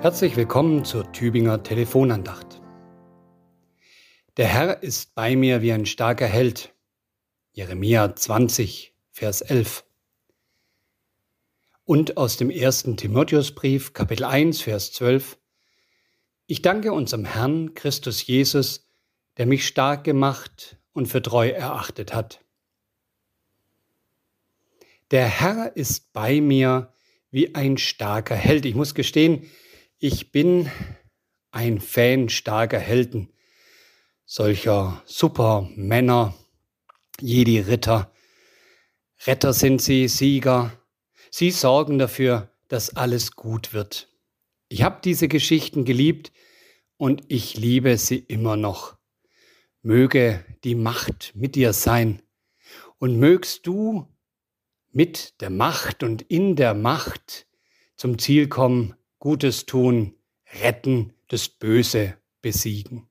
Herzlich willkommen zur Tübinger Telefonandacht. Der Herr ist bei mir wie ein starker Held. Jeremia 20, Vers 11. Und aus dem 1. Timotheusbrief, Kapitel 1, Vers 12. Ich danke unserem Herrn Christus Jesus, der mich stark gemacht und für treu erachtet hat. Der Herr ist bei mir wie ein starker Held. Ich muss gestehen, ich bin ein Fan starker Helden, solcher Supermänner, Jedi-Ritter. Retter sind sie, Sieger. Sie sorgen dafür, dass alles gut wird. Ich habe diese Geschichten geliebt und ich liebe sie immer noch. Möge die Macht mit dir sein und mögst du mit der Macht und in der Macht zum Ziel kommen, Gutes tun, retten, das Böse besiegen.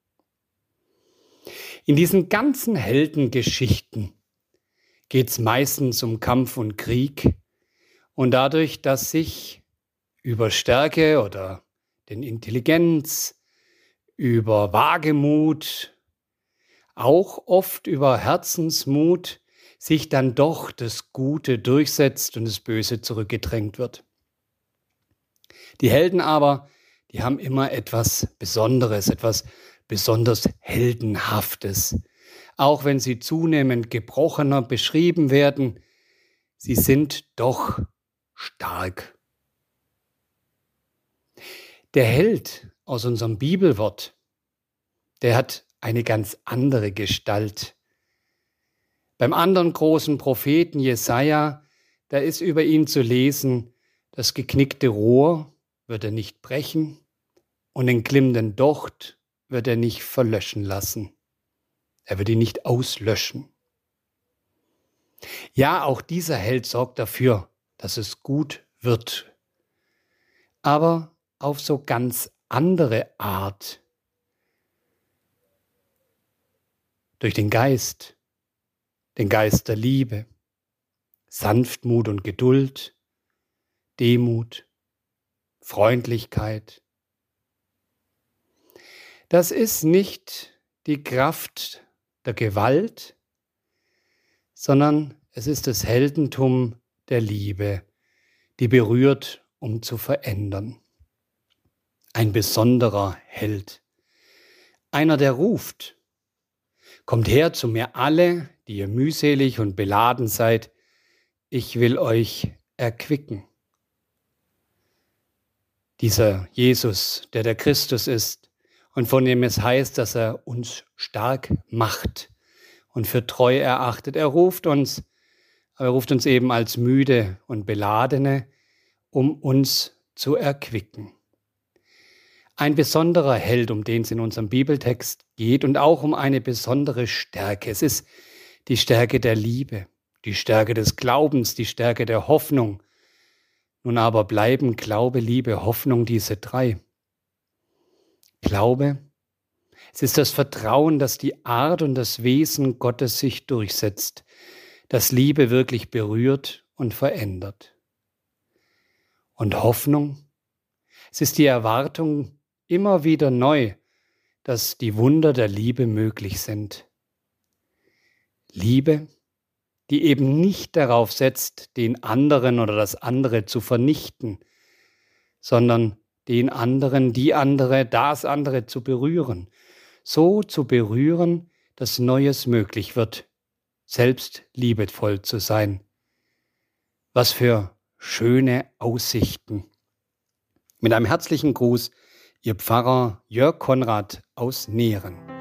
In diesen ganzen Heldengeschichten geht es meistens um Kampf und Krieg und dadurch, dass sich über Stärke oder den Intelligenz, über Wagemut, auch oft über Herzensmut sich dann doch das Gute durchsetzt und das Böse zurückgedrängt wird. Die Helden aber, die haben immer etwas Besonderes, etwas besonders Heldenhaftes. Auch wenn sie zunehmend gebrochener beschrieben werden, sie sind doch stark. Der Held aus unserem Bibelwort, der hat eine ganz andere Gestalt. Beim anderen großen Propheten Jesaja, da ist über ihn zu lesen, das geknickte Rohr wird er nicht brechen und den glimmenden Docht wird er nicht verlöschen lassen. Er wird ihn nicht auslöschen. Ja, auch dieser Held sorgt dafür, dass es gut wird. Aber auf so ganz andere Art. Durch den Geist der Liebe, Sanftmut und Geduld, Demut, Freundlichkeit. Das ist nicht die Kraft der Gewalt, sondern es ist das Heldentum der Liebe, die berührt, um zu verändern. Ein besonderer Held, einer, der ruft: Kommt her zu mir alle, die ihr mühselig und beladen seid, ich will euch erquicken. Dieser Jesus, der Christus ist und von dem es heißt, dass er uns stark macht und für treu erachtet. Er ruft uns eben als müde und Beladene, um uns zu erquicken. Ein besonderer Held, um den es in unserem Bibeltext geht und auch um eine besondere Stärke. Es ist die Stärke der Liebe, die Stärke des Glaubens, die Stärke der Hoffnung. Nun aber bleiben Glaube, Liebe, Hoffnung diese drei. Glaube, es ist das Vertrauen, dass die Art und das Wesen Gottes sich durchsetzt, dass Liebe wirklich berührt und verändert. Und Hoffnung, es ist die Erwartung immer wieder neu, dass die Wunder der Liebe möglich sind. Liebe, die eben nicht darauf setzt, den anderen oder das andere zu vernichten, sondern den anderen, die andere, das andere zu berühren. So zu berühren, dass Neues möglich wird, selbst liebevoll zu sein. Was für schöne Aussichten. Mit einem herzlichen Gruß, Ihr Pfarrer Jörg Konrad aus Nehren.